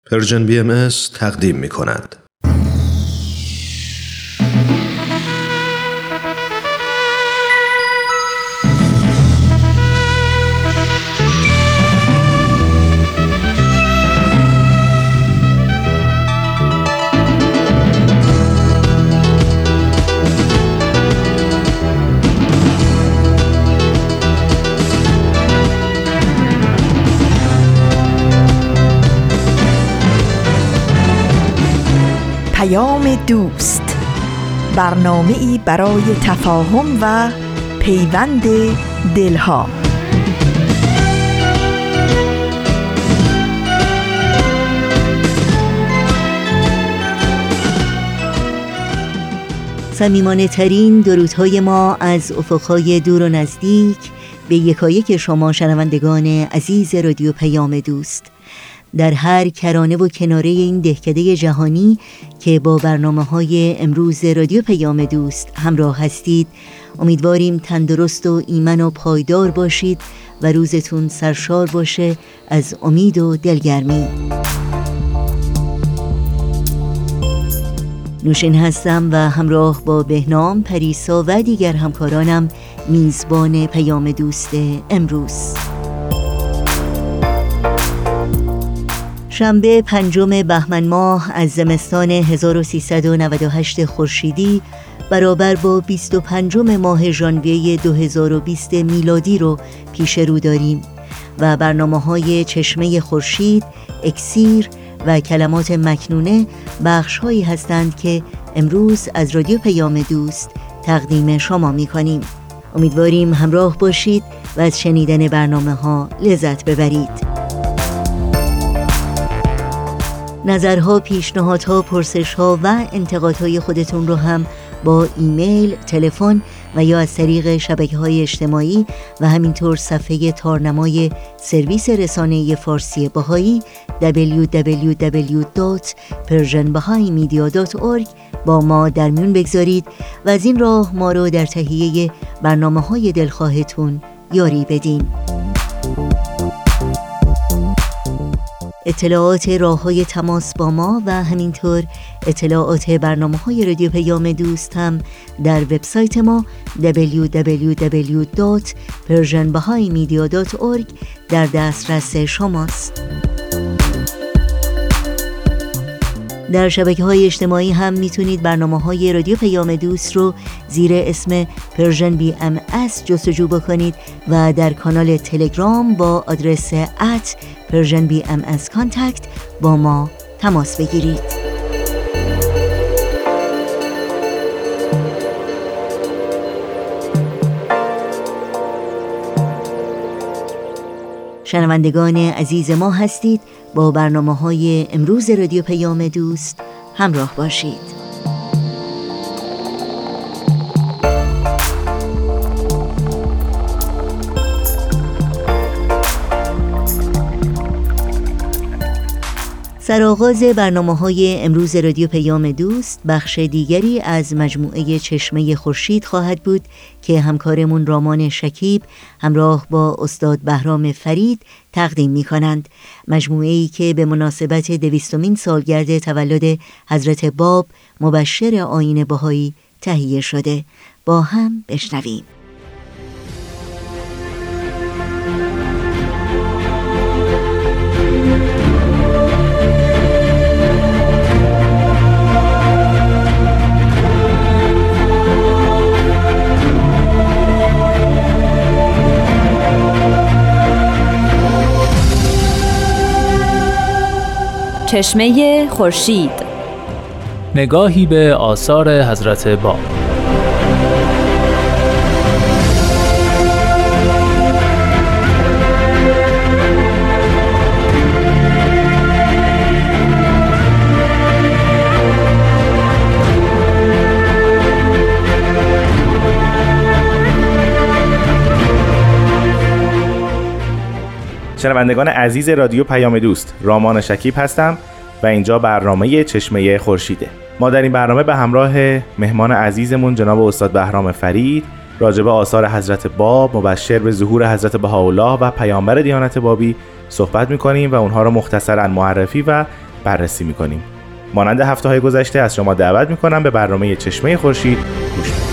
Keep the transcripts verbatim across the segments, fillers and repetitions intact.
پرژن بی ام اس تقدیم می کند. دوست، برنامه‌ای برای تفاهم و پیوند دلها. صمیمانه ترین درودهای ما از افقهای دور و نزدیک به یکایک شما شنوندگان عزیز رادیو پیام دوست در هر کرانه و کناره این دهکده جهانی که با برنامه‌های امروز رادیو پیام دوست همراه هستید. امیدواریم تندرست و ایمن و پایدار باشید و روزتون سرشار باشه از امید و دلگرمی. نوشین هستم و همراه با بهنام، پریسا و دیگر همکارانم میزبان پیام دوست امروز. شنبه پنجم بهمن ماه از زمستان هزار و سیصد و نود و هشت خورشیدی برابر با بیست و پنجم ماه ژانویه دو هزار و بیست میلادی رو پیش رو داریم و برنامه‌های چشمه خورشید، اکسیر و کلمات مکنونه بخش‌هایی هستند که امروز از رادیو پیام دوست تقدیم شما می‌کنیم. امیدواریم همراه باشید و از شنیدن برنامه‌ها لذت ببرید. نظرها، پیشنهادها، پرسشها و انتقادهای خودتون رو هم با ایمیل، تلفن و یا از طریق شبکه‌های اجتماعی و همینطور صفحه تارنمای سرویس رسانه فارسی بهایی دبلیو دبلیو دبلیو دات پرژن بهایی مدیا دات اورگ با ما در میون بگذارید و از این راه ما رو در تهیه برنامه‌های دلخواهتون یاری بدین. اطلاعات راه‌های تماس با ما و همینطور اطلاعات برنامه‌های رادیو پیام دوست هم در وبسایت ما دبلیو دبلیو دبلیو دات پرژن بهایی مدیا دات اورگ در دسترس شماست. در شبکه‌های اجتماعی هم میتونید برنامه‌های رادیو پیام دوست رو زیر اسم پرژن بی ام اس جستجو بکنید و در کانال تلگرام با آدرس ات پرژن بی ام اس کانتکت با ما تماس بگیرید. شنوندگان عزیز ما هستید، با برنامه‌های امروز رادیو پیام دوست همراه باشید. سرآغاز برنامه‌های امروز رادیو پیام دوست بخش دیگری از مجموعه چشمه خورشید خواهد بود که همکارمون رامان شکیب همراه با استاد بهرام فرید تقدیم می‌کنند. مجموعه‌ای که به مناسبت دویستمین سالگرد تولد حضرت باب مبشر آیین بهایی تهیه شده. با هم بشنویم. چشمه خورشید، نگاهی به آثار حضرت باب. شنوندگان عزیز رادیو پیام دوست، رامان شکیب هستم و اینجا برنامه چشمه خورشیده. ما در این برنامه به همراه مهمان عزیزمون جناب استاد بهرام فرید راجع به آثار حضرت باب مبشر به ظهور حضرت بهاءالله و پیامبر دیانت بابی صحبت می‌کنیم و اونها رو مختصراً معرفی و بررسی میکنیم. مانند هفته‌های گذشته از شما دعوت میکنم به برنامه چشمه خورشید گوش بدید.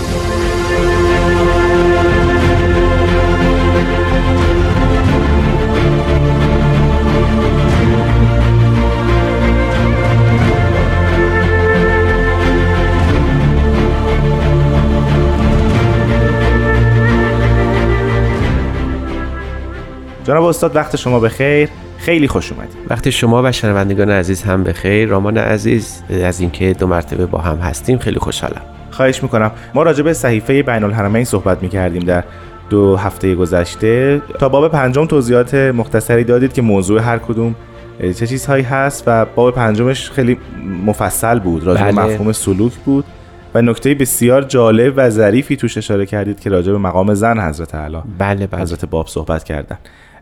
جناب استاد وقت شما بخیر، خیلی خوش اومدید. وقت شما و شنوندگان عزیز هم بخیر. رامان عزیز، از اینکه دو مرتبه با هم هستیم خیلی خوشحالم. خواهش میکنم. ما راجع به صحیفه بین الحرمین صحبت میکردیم در دو هفته گذشته. تا باب پنجم توضیحات مختصری دادید که موضوع هر کدوم چه چیزهایی هست و باب پنجمش خیلی مفصل بود، راجع به بله. مفهوم سلوک بود و نکته بسیار جالب و ظریفی توش اشاره کردید که راجع به مقام زن حضرت اعلی بله بله. حضرت باب صحبت کردن.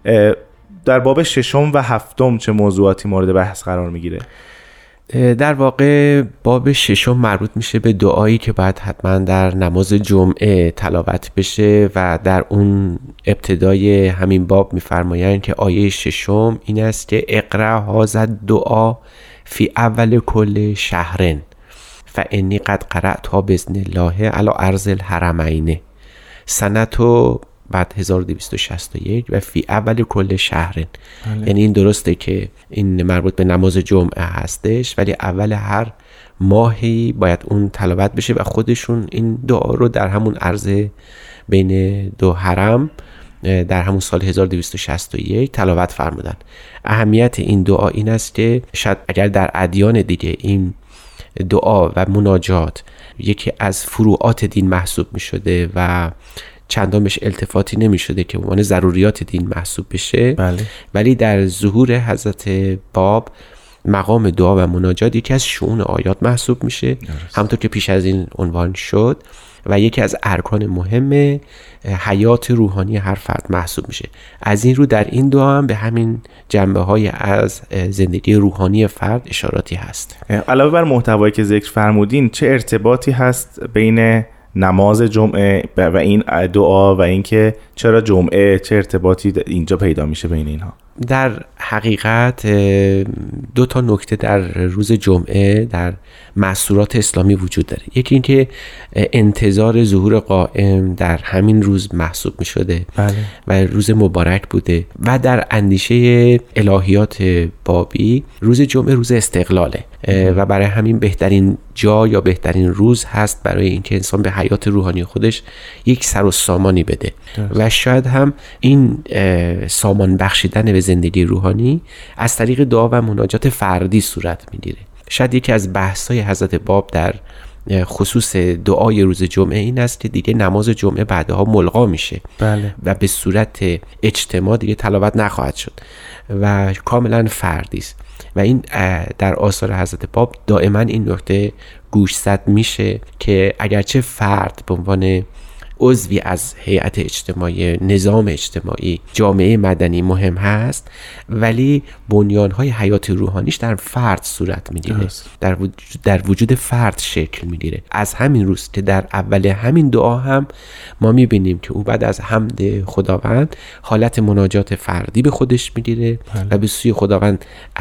در باب ششم و هفتم چه موضوعاتی مورد بحث قرار میگیره؟ در واقع باب ششم مربوط میشه به دعایی که باید حتما در نماز جمعه تلاوت بشه و در اون ابتدای همین باب میفرمایند که آیه ششم این است که اقرأ هذا الدعاء فی اول کل شهرن فانی قد قرأتها باذن الله علی ارض الحرمین سنتو بعد هزار و دویست و شصت و یک و فی اول کل شهرن. یعنی این درسته که این مربوط به نماز جمعه هستش، ولی اول هر ماهی باید اون تلاوت بشه و خودشون این دعا رو در همون عرض بین دو حرم در همون سال هزار و دویست و شصت و یک تلاوت فرمودن. اهمیت این دعا این است که شاید اگر در ادیان دیگه این دعا و مناجات یکی از فروعات دین محسوب می شده و چندان بهش التفاتی نمی شده که عنوان ضروریات دین محسوب بشه، بله. ولی در ظهور حضرت باب مقام دعا و مناجات یکی از شؤون آیات محسوب میشه، همونطور که پیش از این عنوان شد و یکی از ارکان مهم حیات روحانی هر فرد محسوب میشه. از این رو در این دعا هم به همین جنبه های از زندگی روحانی فرد اشاراتی هست. علاوه بر محتوایی که ذکر فرمودین، چه ارتباطی هست بین نماز جمعه و این دعا و اینکه چرا جمعه، چه ارتباطی اینجا پیدا میشه بین اینها؟ در حقیقت دو تا نکته در روز جمعه در مسئولات اسلامی وجود داره. یکی این که انتظار ظهور قائم در همین روز محسوب می شده بله. و روز مبارک بوده و در اندیشه الهیات بابی روز جمعه روز استقلاله و برای همین بهترین جا یا بهترین روز هست برای اینکه انسان به حیات روحانی خودش یک سر و سامانی بده درست. و شاید هم این سامان بخشیدن به زندگی روحانی از طریق دعا و مناجات فردی صورت میگیره. شاید یکی از بحث‌های حضرت باب در خصوص دعای روز جمعه این است که دیگه نماز جمعه بعدها ملغا میشه بله. و به صورت اجتماع دیگه تلاوت نخواهد شد و کاملا فردی است و این در آثار حضرت باب دائما این نکته گوشزد میشه که اگرچه فرد به عنوان عضوی از هیئت اجتماعی، نظام اجتماعی، جامعه مدنی مهم هست، ولی بنیانهای حیات روحانیش در فرد صورت میگیره، در وجود در وجود فرد شکل میگیره. از همین روز که در اول همین دعا هم ما میبینیم که او بعد از حمد خداوند حالت مناجات فردی به خودش میگیره و به سوی خداوند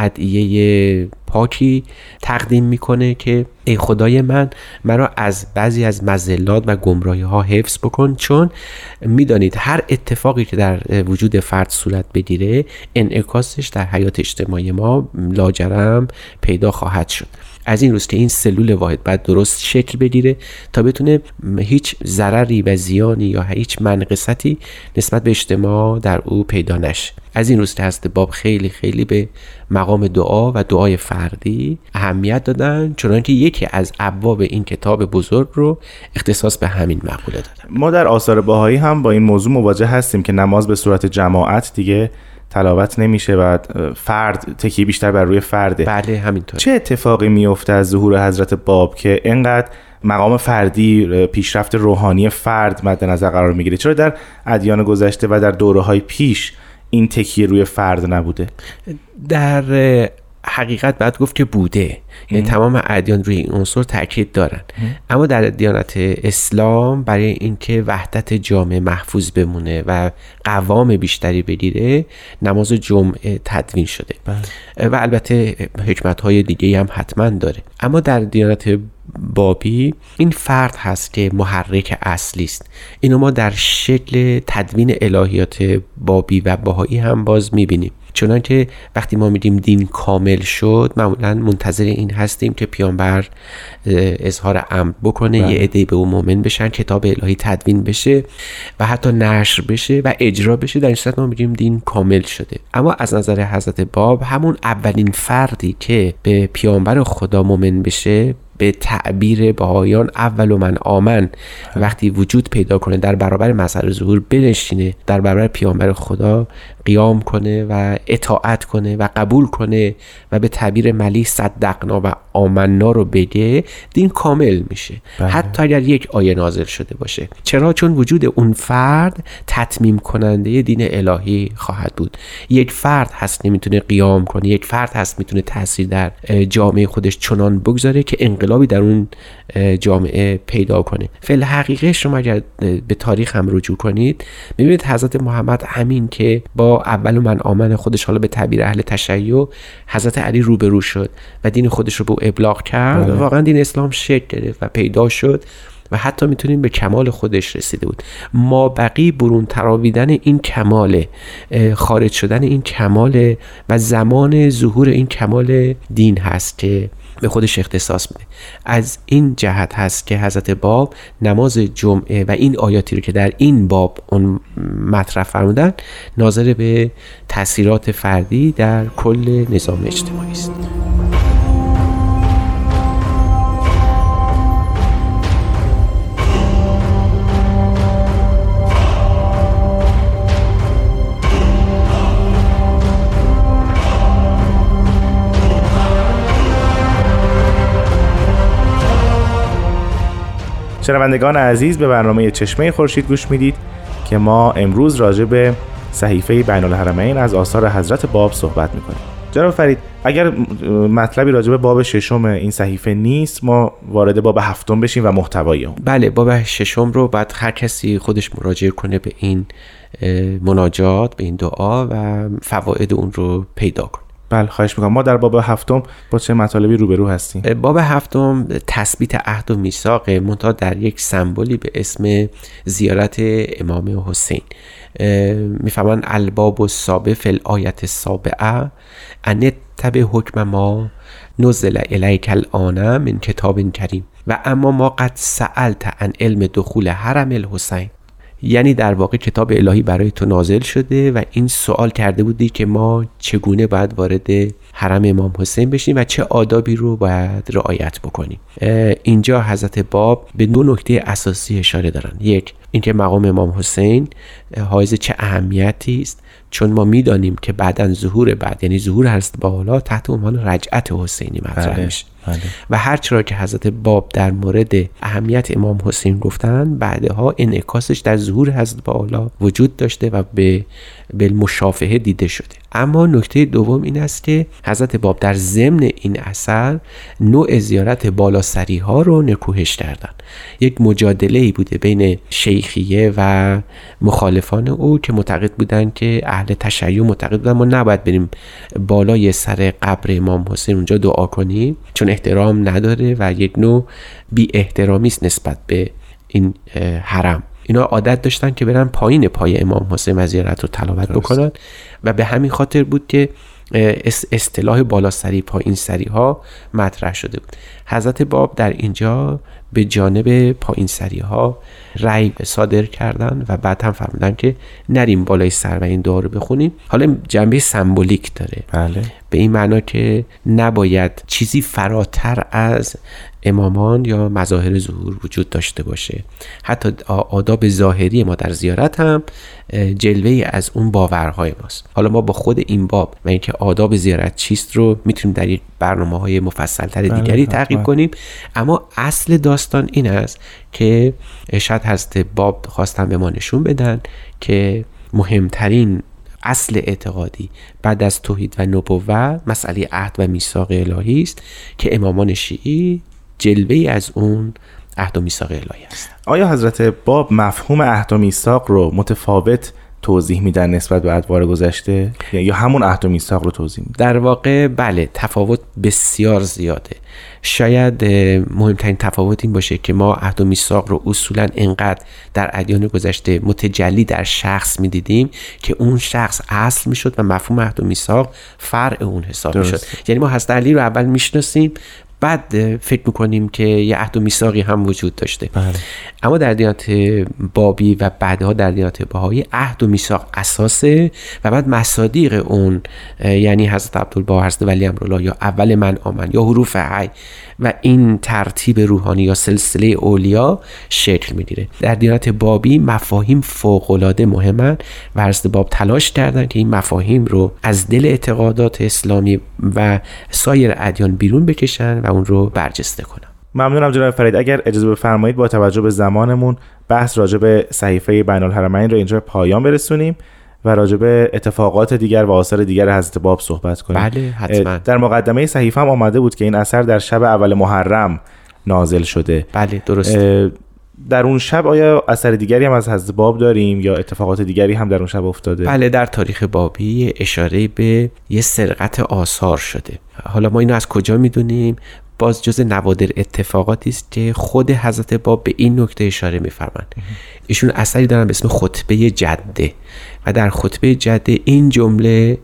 ادعیه پاکی تقدیم میکنه که ای خدای من مرا از بعضی از مزلات و گمراهی ها حفظ بکن، چون میدانید هر اتفاقی که در وجود فرد صورت بگیره انعکاسش در حیات اجتماعی ما لاجرم پیدا خواهد شد. از این روز که این سلول واحد باید درست شکل بگیره تا بتونه هیچ ضرری و زیانی یا هیچ منقصتی نسبت به اجتماع در او پیدا نشه. از این روز که حضرت باب خیلی خیلی به مقام دعا و دعای فردی اهمیت دادن، چنانکه یکی از ابواب این کتاب بزرگ رو اختصاص به همین مقوله دادن. ما در آثار بهایی هم با این موضوع مواجه هستیم که نماز به صورت جماعت دیگه تلاوت نمیشه و فرد تکیه بیشتر بر روی فرده. بله همینطور. چه اتفاقی میفته از ظهور حضرت باب که اینقدر مقام فردی، پیشرفت روحانی فرد مد نظر قرار میگیره؟ چرا در ادیان گذشته و در دوره‌های پیش این تکیه روی فرد نبوده؟ در حقیقت باید گفت که بوده، یعنی تمام ادیان روی این عنصر تاکید دارن. اما در دیانت اسلام برای اینکه وحدت جامعه محفوظ بمونه و قوام بیشتری بگیره نماز جمعه تدوین شده بله. و البته حکمت‌های دیگه هم حتما داره. اما در دیانت بابی این فرد هست که محرک اصلی است. اینو ما در شکل تدوین الهیات بابی و بهایی هم باز میبینیم، چنانکه وقتی ما میگیم دین کامل شد معمولا منتظر این هستیم که پیامبر اظهار امر بکنه بله. یه عده به اون مؤمن بشن، کتاب الهی تدوین بشه و حتی نشر بشه و اجرا بشه، در این صورت ما میگیم دین کامل شده. اما از نظر حضرت باب همون اولین فردی که به پیامبر خدا مؤمن بشه به تعبیر بهایان اول من آمن وقتی وجود پیدا کنه، در برابر مظهر ظهور بنشینه، در برابر پیامبر خدا قیام کنه و اطاعت کنه و قبول کنه و به تعبیر ملی صدقنا و آمنا رو بگه، دین کامل میشه بله. حتی اگر یک آیه نازل شده باشه. چرا؟ چون وجود اون فرد تتمیم کننده دین الهی خواهد بود. یک فرد هست نمیتونه قیام کنه، یک فرد هست میتونه تاثیر در جامعه خودش چنان بگذاره که انقلابی در اون جامعه پیدا کنه. فی الحقیقه شما اگر به تاریخ هم رجوع کنید میبینید حضرت محمد همین که با اول من آمن خودش حالا به تعبیر اهل تشیع حضرت علی روبرو شد و دین خودش رو به ابلاغ کرد، واقعا دین اسلام شکل گرفت و پیدا شد و حتی میتونیم به کمال خودش رسیده بود. ما بقی برون تراویدن این کمال، خارج شدن این کمال و زمان ظهور این کمال دین هست که به خودش اختصاص میده. از این جهت هست که حضرت باب نماز جمعه و این آیاتی رو که در این باب اون مطرح فرمودن ناظر به تاثیرات فردی در کل نظام اجتماعی است. شنوندگان عزیز، به برنامه چشمه خورشید گوش میدید که ما امروز راجع به صحیفه بین الحرمین از آثار حضرت باب صحبت میکنیم. جناب فرید، اگر مطلبی راجع به باب ششم این صحیفه نیست، ما وارد باب هفتم بشیم و محتوای اون. بله، باب ششم رو بعد هر کسی خودش مراجعه کنه به این مناجات، به این دعا و فواید اون رو پیدا کنه. بله، خواهش میکنم. ما در باب هفتم با چه مطالبی روبرو هستیم؟ باب هفتم تثبیت عهد و میثاق، منتها در یک سمبولی به اسم زیارت امام حسین. میفهمن الباب السابع فی الآیت السابعه ان تبع حکم ما نزل الیک الآن من کتاب کریم و اما ما قد سألت عن علم دخول حرم الحسین. یعنی در واقع کتاب الهی برای تو نازل شده و این سوال کرده بودی که ما چگونه باید وارد حرم امام حسین بشیم و چه آدابی رو باید رعایت بکنیم. اینجا حضرت باب به دو نکته اساسی اشاره دارن. یک، اینکه مقام امام حسین حائز چه اهمیتی است، چون ما میدانیم که بعداً ظهور بعد یعنی ظهور حضرت بالا تحت عنوان رجعت حسینی مطرح میشه و هر چرا که حضرت باب در مورد اهمیت امام حسین گفتن، بعدها انعکاسش در ظهور حضرت بالا وجود داشته و به بالمشافهه دیده شده. اما نکته دوم این است که حضرت باب در ضمن این اثر نوع زیارت بالاسری ها رو نکوهش کردن. یک مجادله ای بوده بین شیخیه و مخالفان او که معتقد بودن که اهل تشیع معتقد بودن ما نباید بریم بالای سر قبر امام حسین اونجا دعا کنیم چون احترام نداره و یک نوع بی احترامی است نسبت به این حرم. اینا عادت داشتن که برن پایین پای امام حسین و زیارت رو تلاوت بکنن و به همین خاطر بود که اصطلاح بالاسری پایین سری ها مطرح شده بود. حضرت باب در اینجا به جانب پایین سری ها رأی صادر کردن و بعد هم فرمودن که نریم بالای سر و این دعا رو بخونیم. حالا جنبه سمبولیک داره. بله. به این معنا که نباید چیزی فراتر از امامان یا مظاهر ظهور وجود داشته باشه. حتی آداب ظاهری ما در زیارت هم جلوه‌ای از اون باورهای ماست. حالا ما با خود این باب و اینکه آداب زیارت چیست رو میتونیم در یک برنامه‌های مفصل‌تر دیگری تعقیب کنیم، اما اصل داستان این است که شاید حضرت باب خواستن به ما نشون بدن که مهمترین اصل اعتقادی بعد از توحید و نبوت مسئله عهد و میثاق الهی است که امامان شیعی جلوه‌ای از اون عهد و میثاق الهی است. آیا حضرت باب مفهوم عهد و میثاق رو متفاوت توضیح میدن نسبت به ادوار گذشته یا همون عهد و میثاق رو توضیح میدن؟ در واقع بله، تفاوت بسیار زیاده. شاید مهمترین تفاوت این باشه که ما عهد و میثاق رو اصولا انقدر در ادیان گذشته متجلی در شخص میدیدیم که اون شخص اصل میشد و مفهوم عهد و میثاق فرع اون حساب میشد. یعنی ما حضرت علی رو اول میشناسیم، بعد فکر میکنیم که یه عهد و میثاقی هم وجود داشته. بله. اما در دیانت بابی و بعدها در دیانت بهایی عهد و میثاق اساسه و بعد مصادیق اون، یعنی حضرت عبدالبها، حضرت ولی امرالله یا اول من آمن یا حروف حی و این ترتیب روحانی یا سلسله اولیا شکل میگیره. در دیانت بابی مفاهیم فوق‌العاده مهمن و حضرت باب تلاش کردن که این مفاهیم رو از دل اعتقادات اسلامی و سایر ادیان بیرون بکشن و اون رو برجسته کنن. ممنونم جناب فرید. اگر اجازه بفرمایید با توجه به زمانمون بحث راجع به صحیفه بین الحرمین رو اینجا پایان برسونیم و راجع به اتفاقات دیگر و آثار دیگر حضرت باب صحبت کنیم. بله حتما. در مقدمه صحیفه هم آمده بود که این اثر در شب اول محرم نازل شده. بله درسته. در اون شب آیا اثر دیگری هم از حضرت باب داریم یا اتفاقات دیگری هم در اون شب افتاده؟ بله، در تاریخ بابی اشاره به یه سرقت آثار شده. حالا ما اینو از کجا میدونیم؟ باز جز نوادر اتفاقاتی است که خود حضرت باب به این نکته اشاره می‌فرمایند. ایشون اثری دارن به اسم خطبه جده و در خطبه جده این جمله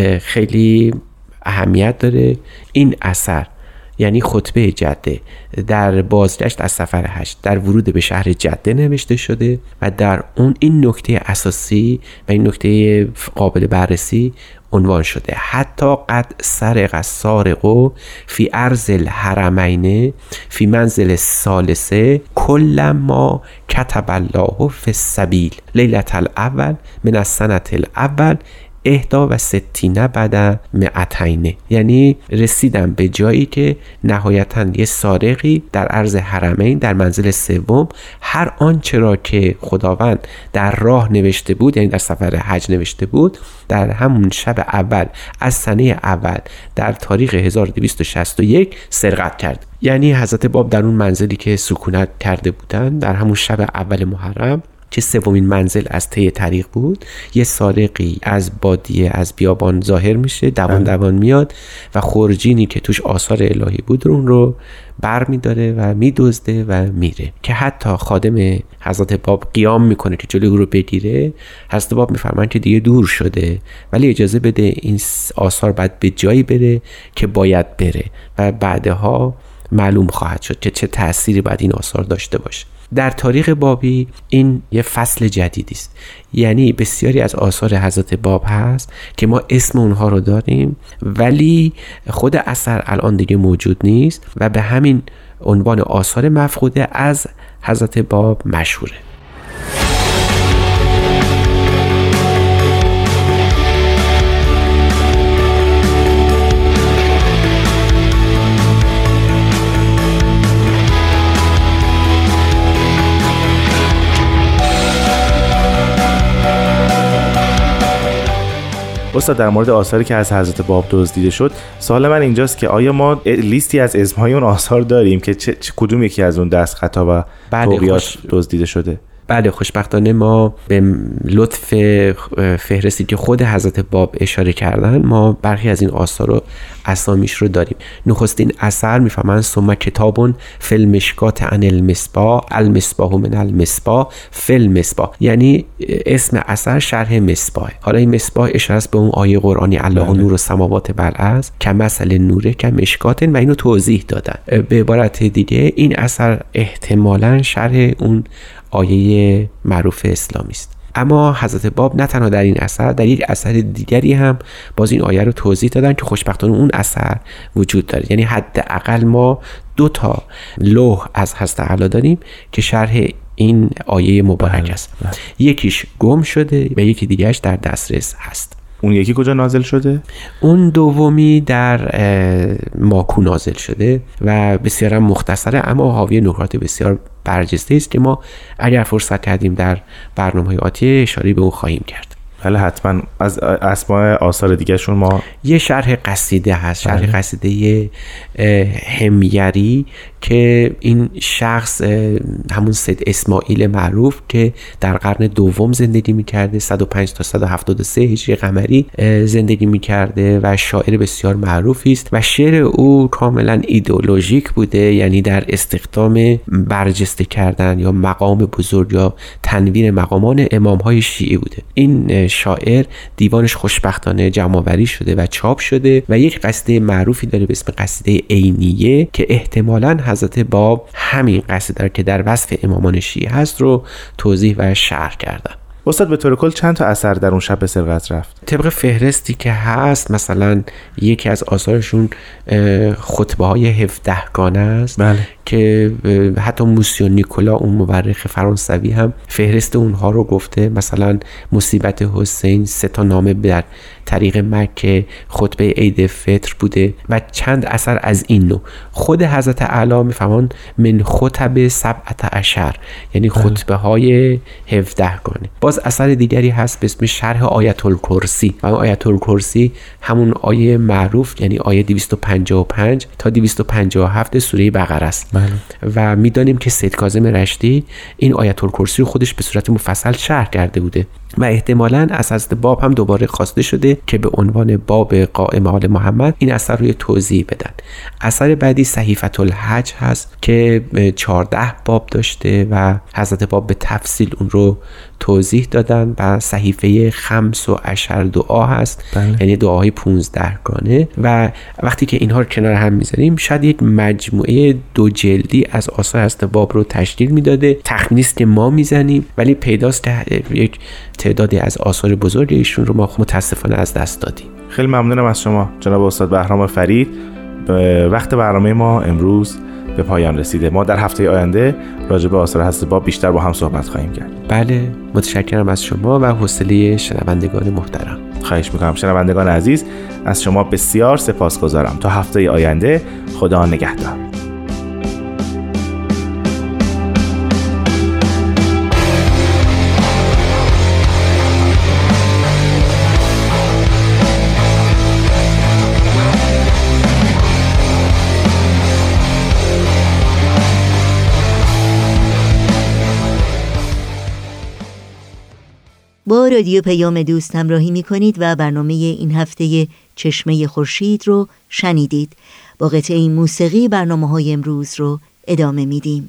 خیلی اهمیت داره. این اثر یعنی خطبه جده در بازگشت از سفر حج در ورود به شهر جده نوشته شده و در اون این نکته اساسی و این نکته قابل بررسی عنوان شده: حتی قد سرق السارق فی ارض الحرمین فی منزل الثالثه کل ما کتب الله فی السبیل لیلة الاول من السنة الاول احدا و ستینه بعد مئتین. یعنی رسیدم به جایی که نهایتاً یه سارقی در عرض حرمین در منزل سوم هر آنچه را که خداوند در راه نوشته بود، یعنی در سفر حج نوشته بود، در همون شب اول از سنه اول در تاریخ هزار و دویست و شصت و یک سرقت کرد. یعنی حضرت باب در اون منزلی که سکونت کرده بودند در همون شب اول محرم که سومین منزل از طی طریق بود، یه سارقی از بادیه از بیابان ظاهر میشه، دوان دوان میاد و خورجینی که توش آثار الهی بود رو اون رو بر میداره و میدزده و میره که حتی خادم حضرت باب قیام میکنه که جلوی او رو بگیره. حضرت باب میفرمان که دیگه دور شده ولی اجازه بده این آثار باید به جایی بره که باید بره و بعدها معلوم خواهد شد که چه تأثیری باید این آثار داشته باشه. در تاریخ بابی این یه فصل جدیدی است. یعنی بسیاری از آثار حضرت باب هست که ما اسم اونها رو داریم ولی خود اثر الان دیگه موجود نیست و به همین عنوان آثار مفقوده از حضرت باب مشهوره. استاد، در مورد آثاری که از حضرت باب دزدیده شد، سوال من اینجاست که آیا ما لیستی از اسمهای اون آثار داریم که چه کدوم یکی از اون دست خطا و توقیات دزدیده شده؟ بله، خوشبختانه ما به لطف فهرستی که خود حضرت باب اشاره کردن ما برخی از این آثار رو اسامیش رو داریم. نخستین اثر میفهمن ثم کتابون فی المشکات عن المصباح المصباح من المصباح فی المصباح، یعنی اسم اثر شرح مصباح. حالا این مصباح اشاره است به اون آیه قرآنی الله نور السماوات والارض کمثل نور کمشکات و اینو توضیح دادن. به عبارت دیگه این اثر احتمالاً شرح اون آیه معروف اسلامی است. اما حضرت باب نه تنها در این اثر، در یک اثر دیگری هم باز این آیه رو توضیح دادن که خوشبختانه اون اثر وجود داره. یعنی حداقل ما دو تا لوح از حضرت اعلی داریم که شرح این آیه مبارک است. یکیش گم شده و یکی دیگرش در دسترس هست. اون یکی کجا نازل شده؟ اون دومی در ماکو نازل شده و بسیار مختصره اما حاوی نکات بسیار برجسته است که ما اگر فرصت کردیم در برنامه‌های آتی اشاره به اون خواهیم کرد. حالا حتما از اسماء آثار دیگه شون ما یه شرح قصیده هست، شرح قصیده حمیری که این شخص همون سید اسماعیل معروف که در قرن دوم زندگی میکرده، صد و پنج تا صد و هفتاد و سه هجری قمری زندگی میکرده و شاعر بسیار معروفی است و شعر او کاملا ایدئولوژیک بوده، یعنی در استخدام برجسته کردن یا مقام بزرگ یا تنویر مقامان امامهای شیعی بوده. این شاعر دیوانش خوشبختانه جمع‌آوری شده و چاپ شده و یک قصیده معروفی داره به اسم قصیده عینیه که احتمالاً حضرت باب همین قصیده که در وصف امامان شیعه هست رو توضیح و شرح کردن. استاد به طور کل چند تا اثر در اون شب به سرقت رفت؟ طبق فهرستی که هست مثلا یکی از آثارشون خطبه های هفدهگانه است. بله. که حتی موسیو نیکولا اون مورخ فرانسوی هم فهرست اونها رو گفته، مثلا مصیبت حسین، سه تا نامه در طریق مکه، خطبه عید فطر بوده و چند اثر از این نوع. خود حضرت اعلی میفهمن من خطب سبعت عشر، یعنی خطبه های هفدهگانه. باز اثر دیگری هست به اسم شرح آیت الکرسی و آیت الکرسی همون آیه معروف یعنی آیه دویست و پنجاه و پنج تا دویست و پنجاه و هفت سوره بقره است. و میدانیم که سید کاظم رشتی این آیت الکرسی رو خودش به صورت مفصل شرح کرده بوده و احتمالاً از حضرت باب هم دوباره خواسته شده که به عنوان باب قائم آل محمد این اثر رو توضیح بدن. اثر بعدی صحیفه الحج هست که چهارده باب داشته و حضرت باب به تفصیل اون رو توضیح دادن و صحیفه خمس و عشر دعا هست. بله. یعنی دعاهای پونزده گانه و وقتی که اینها رو کنار هم میذاریم شاید یک مجموعه دو جلدی از آثار حضرت باب رو تشکیل میداده. تخمینی است که ما میزنیم ولی پیداست که یک تعدادی از آثار بزرگ ایشون رو ما متاسفانه از دست دادیم. خیلی ممنونم از شما جناب استاد بهرام فرید. وقت برنامه ما امروز به پایان رسیده. ما در هفته آینده راجع به آثار حضرت باب بیشتر با هم صحبت خواهیم کرد. بله، متشکرم از شما و حوصله شنوندگان محترم. خواهش میکنم. شنوندگان عزیز از شما بسیار سپاسگزارم. تا هفته آینده، خدا نگهدار. با رادیو پیام دوست همراهی می کنید و برنامه این هفته چشمه خورشید رو شنیدید. با قطعه موسیقی برنامه های امروز رو ادامه میدیم.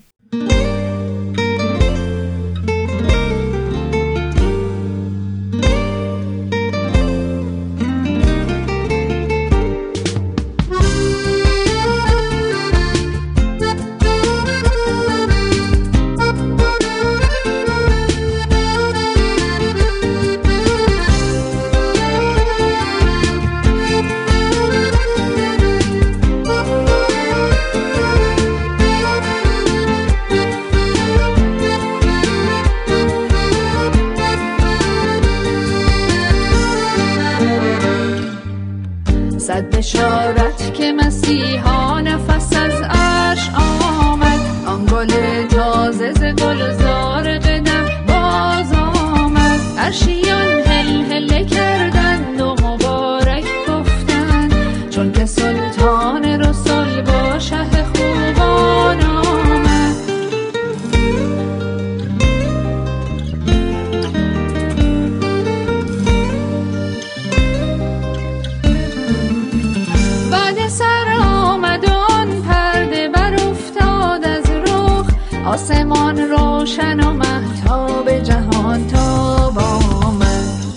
صد بشارت که مسیحا نفس از عرش آمد، آن گل تازه ز گلزار قدم باز آمد. عرشیان هل هل کردند و مبارک گفتند، چون که سلطان رسول با شه خوبان آمد. بعد سر آمد آن پرده بر افتاد از رخ، آسمان روشن و مهتاب جهان تاب آمد.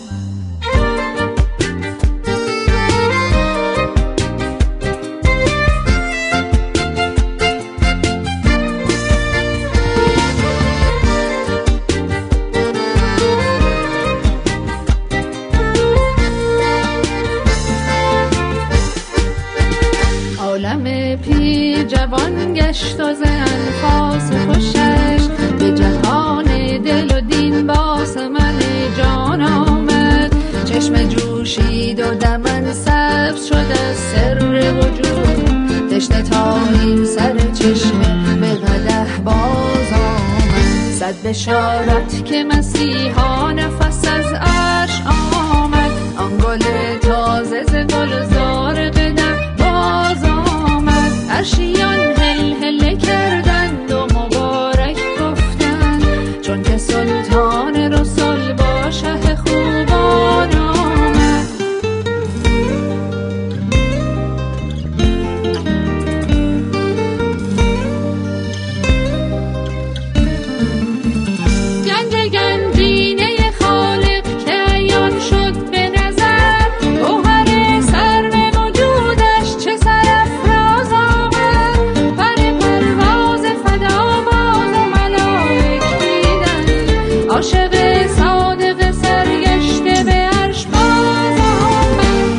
عالم پیر جوان گشت و ز انفاس خوشش، به جهان دل و دین با ثمن جان آمد. چشم جوشید و دمن سبز شد از سر وجود، تشنه تا این سر چشمه به قدح باز آمد. صد بشارت که مسیحا نفس از عرش آمد، عاشق صادق سرگشته به عرش باز آمد.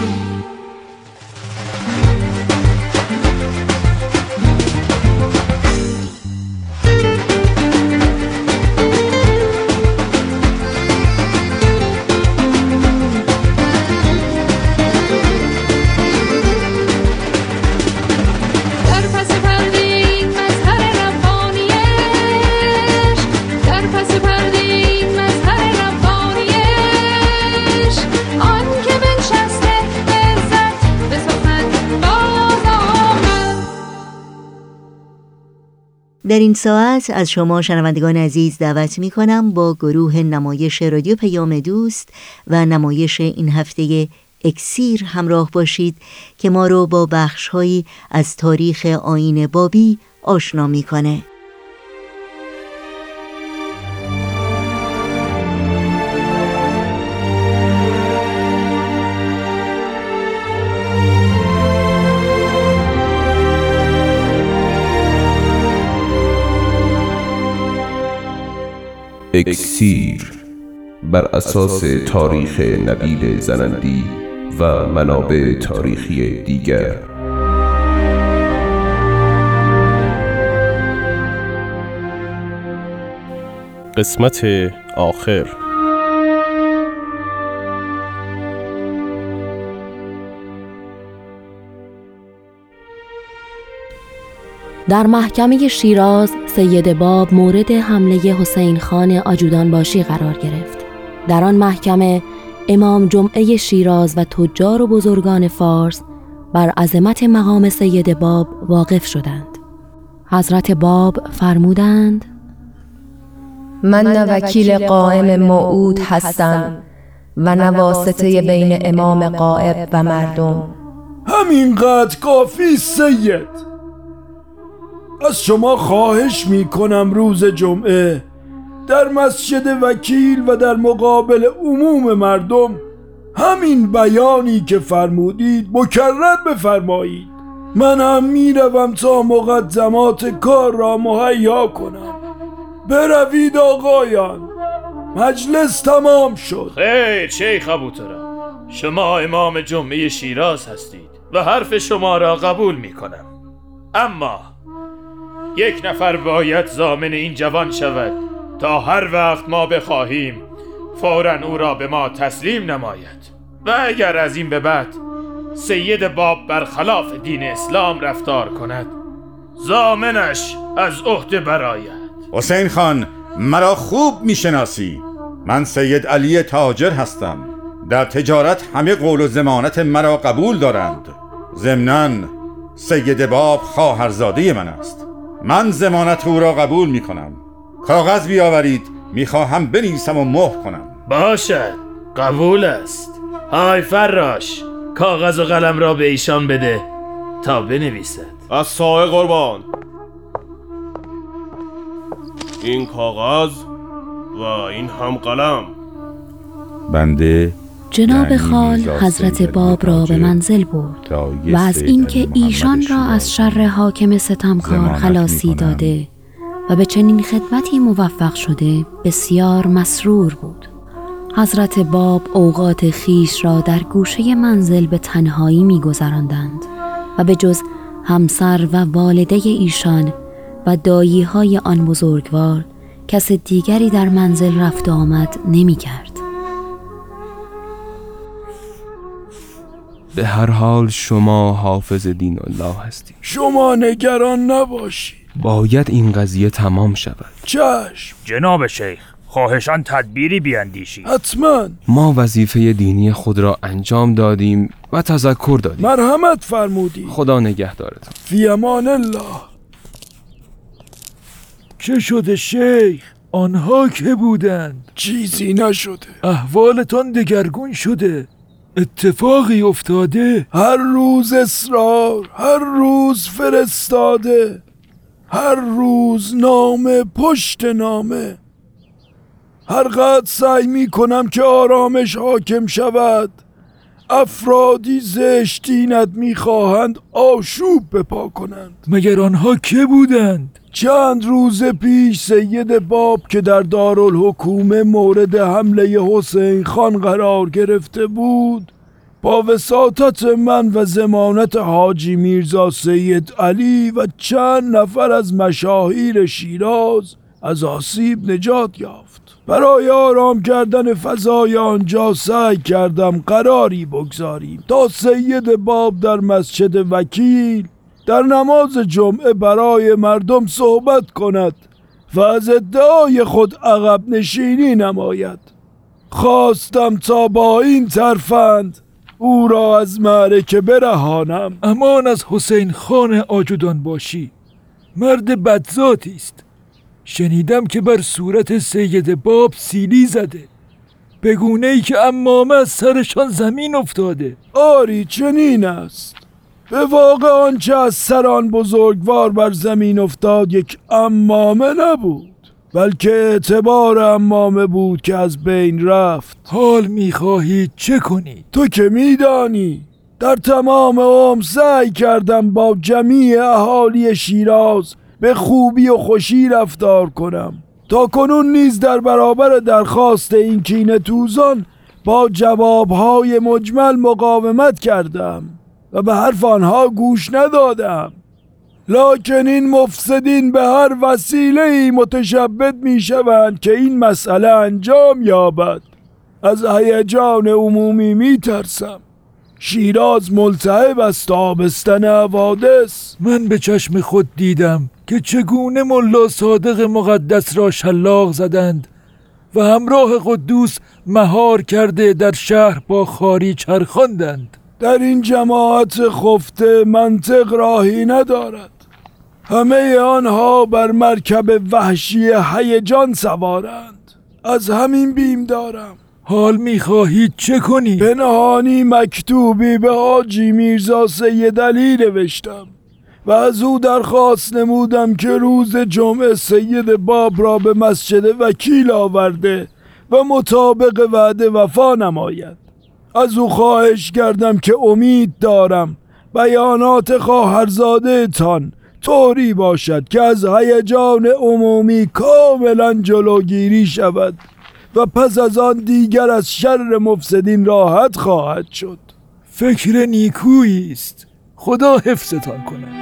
در این ساعت از شما شنوندگان عزیز دعوت می کنم با گروه نمایش رادیو پیام دوست و نمایش این هفته اکسیر همراه باشید که ما رو با بخش‌هایی از تاریخ آیین بابی آشنا می کنه. اکسیر بر اساس تاریخ نبیل زنندی و منابع تاریخی دیگر. قسمت آخر. در محکمه شیراز سید باب مورد حمله حسین خان آجودان باشی قرار گرفت. در آن محکمه امام جمعه شیراز و تجار و بزرگان فارس بر عظمت مقام سید باب واقف شدند. حضرت باب فرمودند: من نه وکیل قائم موعود هستم و نه واسطه بین امام غائب و مردم. همینقدر کافی سید. از شما خواهش می کنم روز جمعه در مسجد وکیل و در مقابل عموم مردم همین بیانی که فرمودید مکرر بفرمایید. من هم می روم تا مقدمات کار را مهیا کنم. بروید آقایان، مجلس تمام شد. خیر شیخ ابوتراب، شما امام جمعه شیراز هستید و حرف شما را قبول می کنم، اما یک نفر باید ضامن این جوان شود تا هر وقت ما بخواهیم فوراً او را به ما تسلیم نماید و اگر از این به بعد سید باب برخلاف دین اسلام رفتار کند ضامنش از عهده برآید. حسین خان، مرا خوب میشناسی. من سید علی تاجر هستم. در تجارت همه قول و ضمانت مرا قبول دارند. ضمناً سید باب خواهرزاده من است. من ضمانت او را قبول می کنم. کاغذ بیاورید، می خواهم بنویسم و مهر کنم. باشد، قبول است. های فراش، کاغذ و قلم را به ایشان بده تا بنویسد. از سایه قربان، این کاغذ و این هم قلم. بنده جناب خال حضرت باب را به منزل برد و از اینکه ایشان را از شر حاکم ستمکار خلاصی داده و به چنین خدمتی موفق شده بسیار مسرور بود. حضرت باب اوقات خیش را در گوشه منزل به تنهایی می گذراندند و به جز همسر و والده ایشان و دایی های آن بزرگوار کس دیگری در منزل رفت آمد نمی کرد. به هر حال شما حافظ دین الله هستید. شما نگران نباشید. باید این قضیه تمام شود. چشم جناب شیخ، خواهشان تدبیری بیاندیشید. حتما. ما وظیفه دینی خود را انجام دادیم و تذکر دادیم. مرحمت فرمودید. خدا نگهدارتان. فی امان الله. چه شده شیخ؟ آنها که بودند؟ چیزی نشده. احوالتان دگرگون شده. اتفاقی افتاده؟ هر روز اصرار، هر روز فرستاده، هر روز نامه پشت نامه. هر قدر سعی می کنم که آرامش حاکم شود، افرادی زشتینت میخواهند آشوب بپا کنند. مگر آنها که بودند؟ چند روز پیش سید باب که در دارالحکومه مورد حمله حسین خان قرار گرفته بود، با وساطت من و ضمانت حاجی میرزا سید علی و چند نفر از مشاهیر شیراز از آسیب نجات یافت. برای آرام کردن فضای آنجا سعی کردم قراری بگذاریم تا سید باب در مسجد وکیل در نماز جمعه برای مردم صحبت کند و از ادعای خود عقب نشینی نماید. خواستم تا با این ترفند او را از معرکه برهانم. امان از حسین خان آجودان باشی، مرد بدذاتی است. شنیدم که بر صورت سید باب سیلی زده، به گونه‌ای که عمامه از سرشان زمین افتاده. آری چنین است. به واقع آنچه از سران بزرگوار بر زمین افتاد یک عمامه نبود، بلکه اعتبار عمامه بود که از بین رفت. حال میخواهی چه کنی؟ تو که میدانی در تمام عمر سعی کردم با جمیع اهالی شیراز به خوبی و خوشی رفتار کنم. تا کنون نیز در برابر درخواست این کینه توزان با جوابهای مجمل مقاومت کردم و به حرف آنها گوش ندادم. لکن این مفسدین به هر وسیله‌ای متشبث می‌شوند که این مسئله انجام یابد. از هیجان عمومی می‌ترسم. شیراز ملتهب است آبستن حوادث. من به چشم خود دیدم که چگونه ملا صادق مقدس را شلاق زدند و همراه قدوس مهار کرده در شهر با خاری چرخاندند. در این جماعت خفته منطق راهی ندارد. همه آنها بر مرکب وحشی هیجان سوارند. از همین بیم دارم. حال میخواهید چه کنی؟ پنهانی مکتوبی به حاجی میرزا سید علی نوشتم و از او درخواست نمودم که روز جمعه سید باب را به مسجد وکیل آورده و مطابق وعده وفا نماید. از او خواهش کردم که امید دارم بیانات خواهرزاده تان طوری باشد که از هیجان عمومی کاملا جلوگیری شود و پس از آن دیگر از شر مفسدین راحت خواهد شد. فکر نیکویی است. خدا حفظتان کند.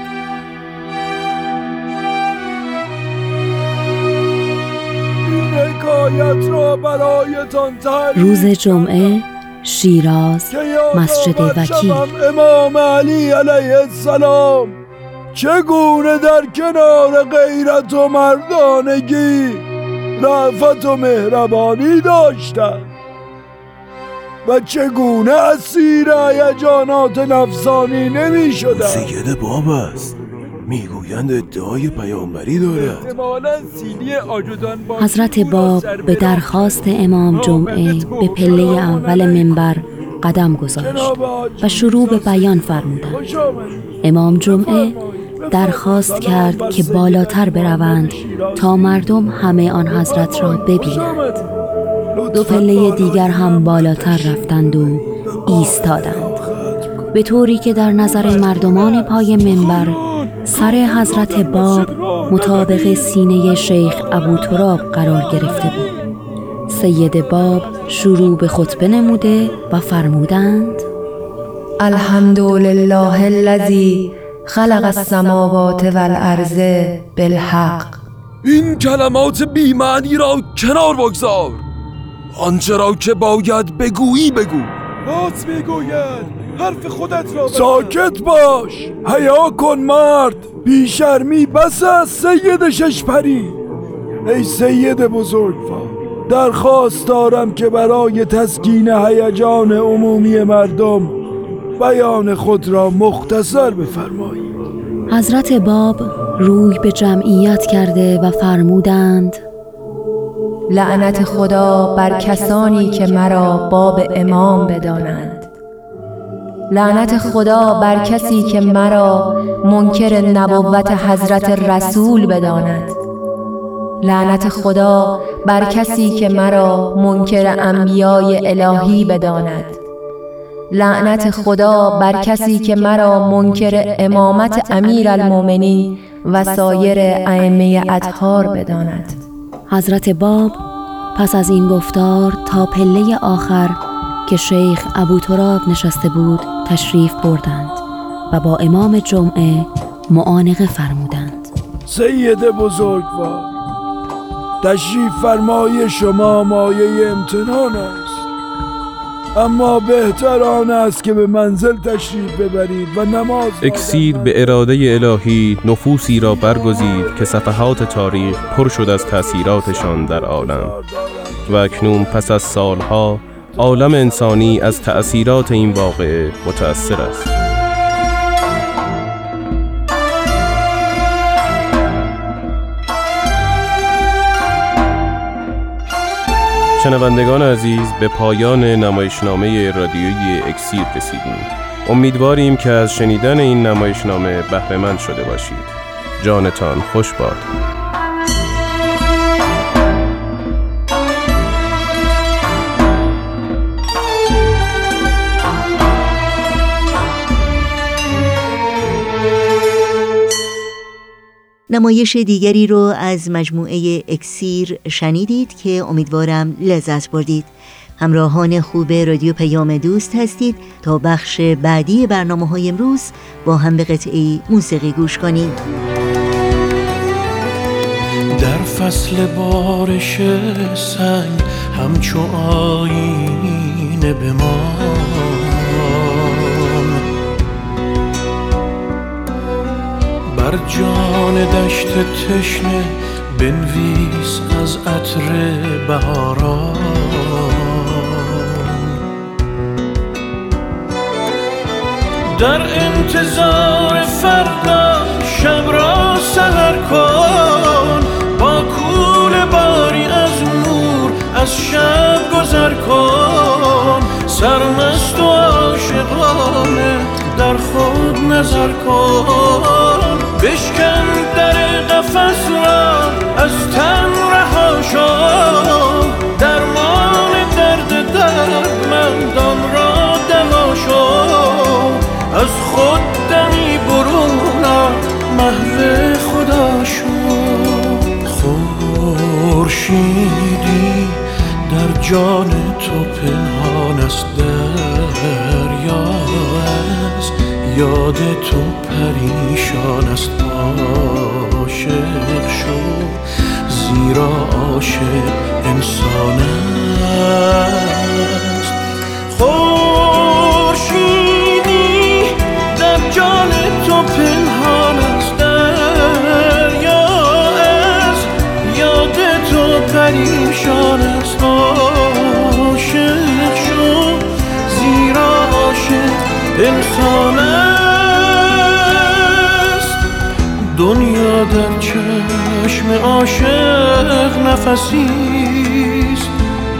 این حکایت را برایتان تعریف روز جمعه شیراز مسجد وکیل. امام علی علیه السلام چگونه در کنار غیرت و مردانگی رأفت و مهربانی داشتند و چگونه اسیر هیجانات نفسانی نمی شدند. سید باب است، میگویند ادعای پیامبری دارد. حضرت باب به درخواست امام جمعه به پله اول منبر قدم گذاشت و شروع به بیان فرمودند. امام جمعه درخواست کرد که بالاتر بروند تا مردم همه آن حضرت را ببینند. دو پله دیگر هم بالاتر رفتند و ایستادند، به طوری که در نظر مردمان پای منبر سر حضرت باب مطابق سینه شیخ ابو تراب قرار گرفته بود. سید باب شروع به خطبه نموده و فرمودند: الحمدلله الذی خلق السماوات والارض بالحق. این کلمات بی‌معنی را کنار بگذار. آنچه را که باید بگویی بگو. راست میگوید، حرف خودت را بزن. ساکت باش، حیا کن مرد. بیشرمی بس از سید ششپری. ای سید بزرگوار، درخواست دارم که برای تسکین هیجان عمومی مردم بیان خود را مختصر بفرمایید. حضرت باب روی به جمعیت کرده و فرمودند: لعنت خدا بر کسانی که مرا باب امام بدانند. لعنت خدا بر کسی که مرا منکر نبوت حضرت رسول بداند. لعنت خدا بر کسی که مرا منکر انبیای الهی بداند. لعنت خدا بر کسی که مرا منکر امامت امیرالمومنین و سایر ائمه اطهار بداند. حضرت باب پس از این گفتار تا پله آخر که شیخ ابو تراب نشسته بود تشریف بردند و با امام جمعه معانقه فرمودند. سید بزرگوار، تشریف فرمای شما مایه امتنان است، اما بهتر آن است که به منزل تشریف ببرید و نماز. اکسیر به اراده الهی نفوسی را برگزید که صفحات تاریخ پر شد از تأثیراتشان در عالم و اکنون پس از سالها عالم انسانی از تأثیرات این واقعه متأثر است. شنوندگان عزیز، به پایان نمایشنامه رادیویی اکسیر رسیدیم. امیدواریم که از شنیدن این نمایشنامه بهره‌مند شده باشید. جانتان خوش باد. نمایش دیگری رو از مجموعه اکسیر شنیدید که امیدوارم لذت بردید. همراهان خوب رادیو پیام دوست هستید. تا بخش بعدی برنامه‌های امروز با هم به قطعه موسیقی گوش کنید. در فصل بارش سنگ همچو آینه بمان، بر جان دشت تشنه بنویس از عطر بهاران. در انتظار فردا شب را سحر کن، با کوله باری از نور از شب گذر کن. سرمست و عاشقانه در خود نظر کن، بشکن در قفس را از تن رها شو. درمان درد دردمندان را دوا شو. از خود دمی برون آ، محو خدا شو. خورشیدی در جان تو پنهان است، دریا است یاد تو پریشان است. عاشق شو زیرا عاشق انسان است. خورشیدی در جان تو پنهان است، دریا است یاد تو پریشان است. عاشق شو زیرا عاشق انسان است. دنیا در چشم عاشق نفسیست،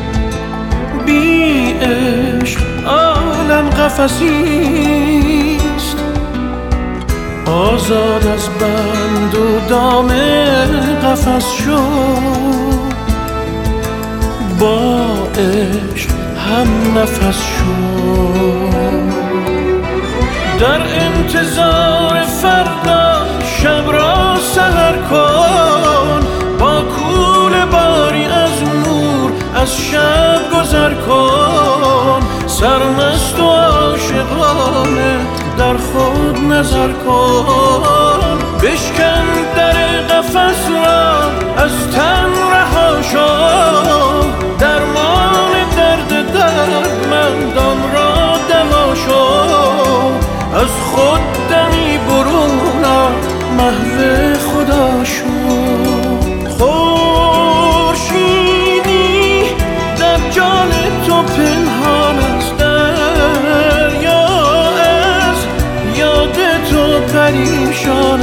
بی عشق عالم قفسیست. آزاد از بند و دام قفس شو، با عشق هم نفس شو. در انتظار فردا شب را سحر کن، با کوله باری از نور از شب گذر کن. سرمست و عاشقانه در خود نظر کن، بشکن در قفس را از تن رها شو. درمان درد دردمندان را دوا شو. از خود دمی برون آ، محو خدا شو. خورشیدی در جان تو پنهان است، دریا است یاد تو پریشان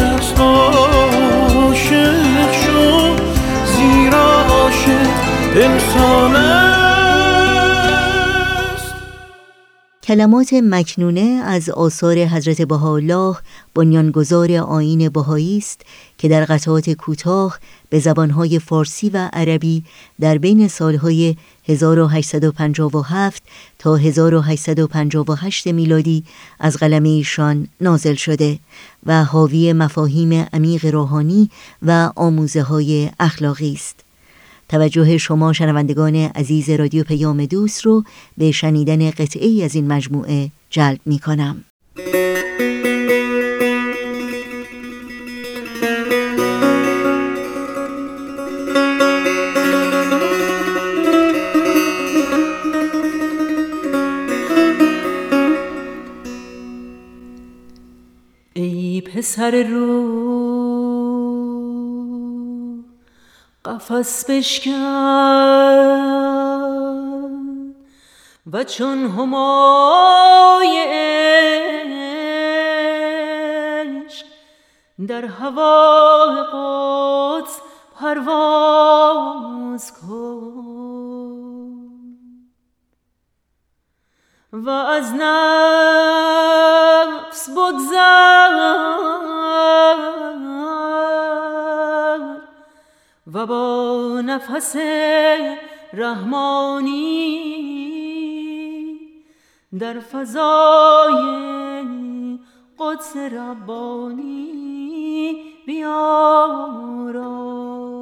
کلمات مکنونه از آثار حضرت بهاءالله بنیانگذار آیین بهایی است که در قطعات کوتاه به زبانهای فارسی و عربی در بین سالهای هزار و هشتصد و پنجاه و هفت تا هزار و هشتصد و پنجاه و هشت میلادی از قلم ایشان نازل شده و حاوی مفاهیم عمیق روحانی و آموزه‌های اخلاقی است. توجه شما شنوندگان عزیز رادیو پیام دوست رو به شنیدن قطعه‌ای از این مجموعه جلب می کنم. ای پسر رو قفس بشکن و چون همای عشق در هوای قدس پرواز کن و از نفس بگذر و با نفس رحمانی در فضای قدس ربانی بیارا.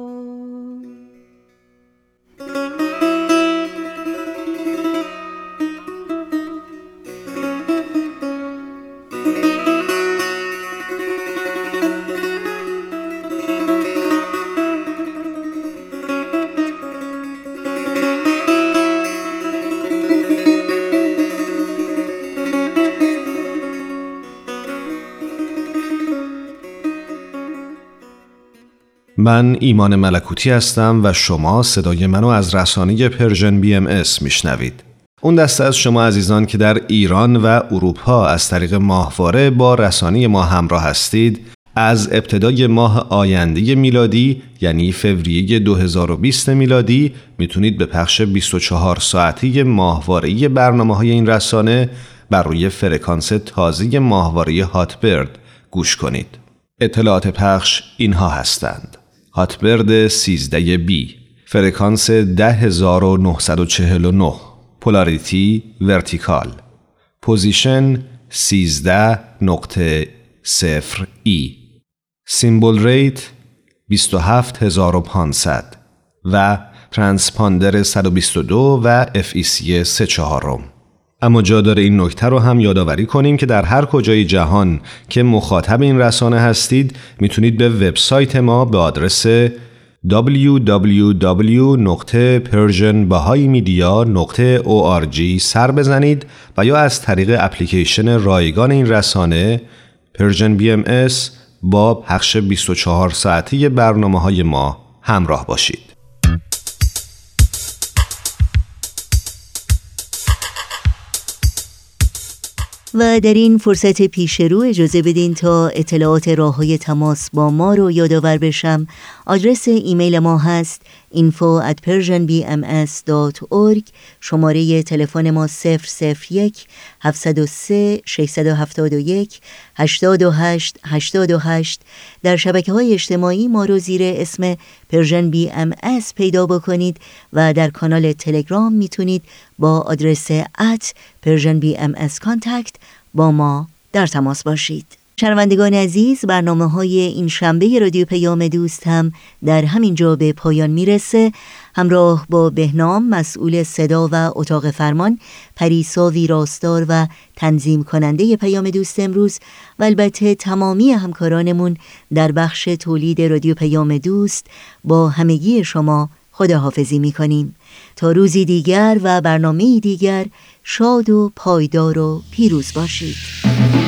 من ایمان ملکوتی هستم و شما صدای منو از رسانه پرژن بی ام اس میشنوید. اون دسته از شما عزیزان که در ایران و اروپا از طریق ماهواره با رسانه ما همراه هستید، از ابتدای ماه آینده میلادی یعنی فوریه دو هزار و بیست میلادی میتونید به پخش بیست و چهار ساعتی ماهواره‌ای برنامه‌های این رسانه بر روی فرکانس تازه ماهواره هاتبرد گوش کنید. اطلاعات پخش اینها هستند: هاتبرد سیزده بی، فرکانس ده هزار و نهصد و چهل و نه، پولاریتی ورتیکال، پوزیشن سیزده نقطه صفر ای، سیمبل ریت بیست و هفت هزار و پانصد و ترانسپاندر صد و بیست و دو و اف ای سی سه چهارم. اما جا داره این نکته رو هم یادآوری کنیم که در هر کجای جهان که مخاطب این رسانه هستید میتونید به وبسایت ما به آدرس دبلیو دبلیو دبلیو نقطه پرژن بهایی مدیا نقطه او آر جی سر بزنید و یا از طریق اپلیکیشن رایگان این رسانه پرژن بی ام اس با پخش بیست و چهار ساعتی برنامه‌های ما همراه باشید. و در این فرصت پیش رو اجازه بدین تا اطلاعات راه‌های تماس با ما رو یادآور بشم. آدرس ایمیل ما هست info at persian b m s dot org. شماره تلفن ما صفر صفر یک هفت صفر سه شش هفت یک هشت هشت هشت هشت. در شبکه‌های اجتماعی ما رو زیر اسم پرژن بی ام اس پیدا بکنید و در کانال تلگرام میتونید با آدرس ات پرژن بی ام اس کانتکت با ما در تماس باشید. شنوندگان عزیز، برنامه‌های این شنبه رادیو پیام دوست هم در همین جا به پایان میرسه. همراه با بهنام مسئول صدا و اتاق فرمان، پریسا ویراستار و تنظیم کننده پیام دوست امروز و البته تمامی همکارانمون در بخش تولید رادیو پیام دوست، با همگی شما خداحافظی می‌کنیم. تا روزی دیگر و برنامه‌ای دیگر، شاد و پایدار و پیروز باشید.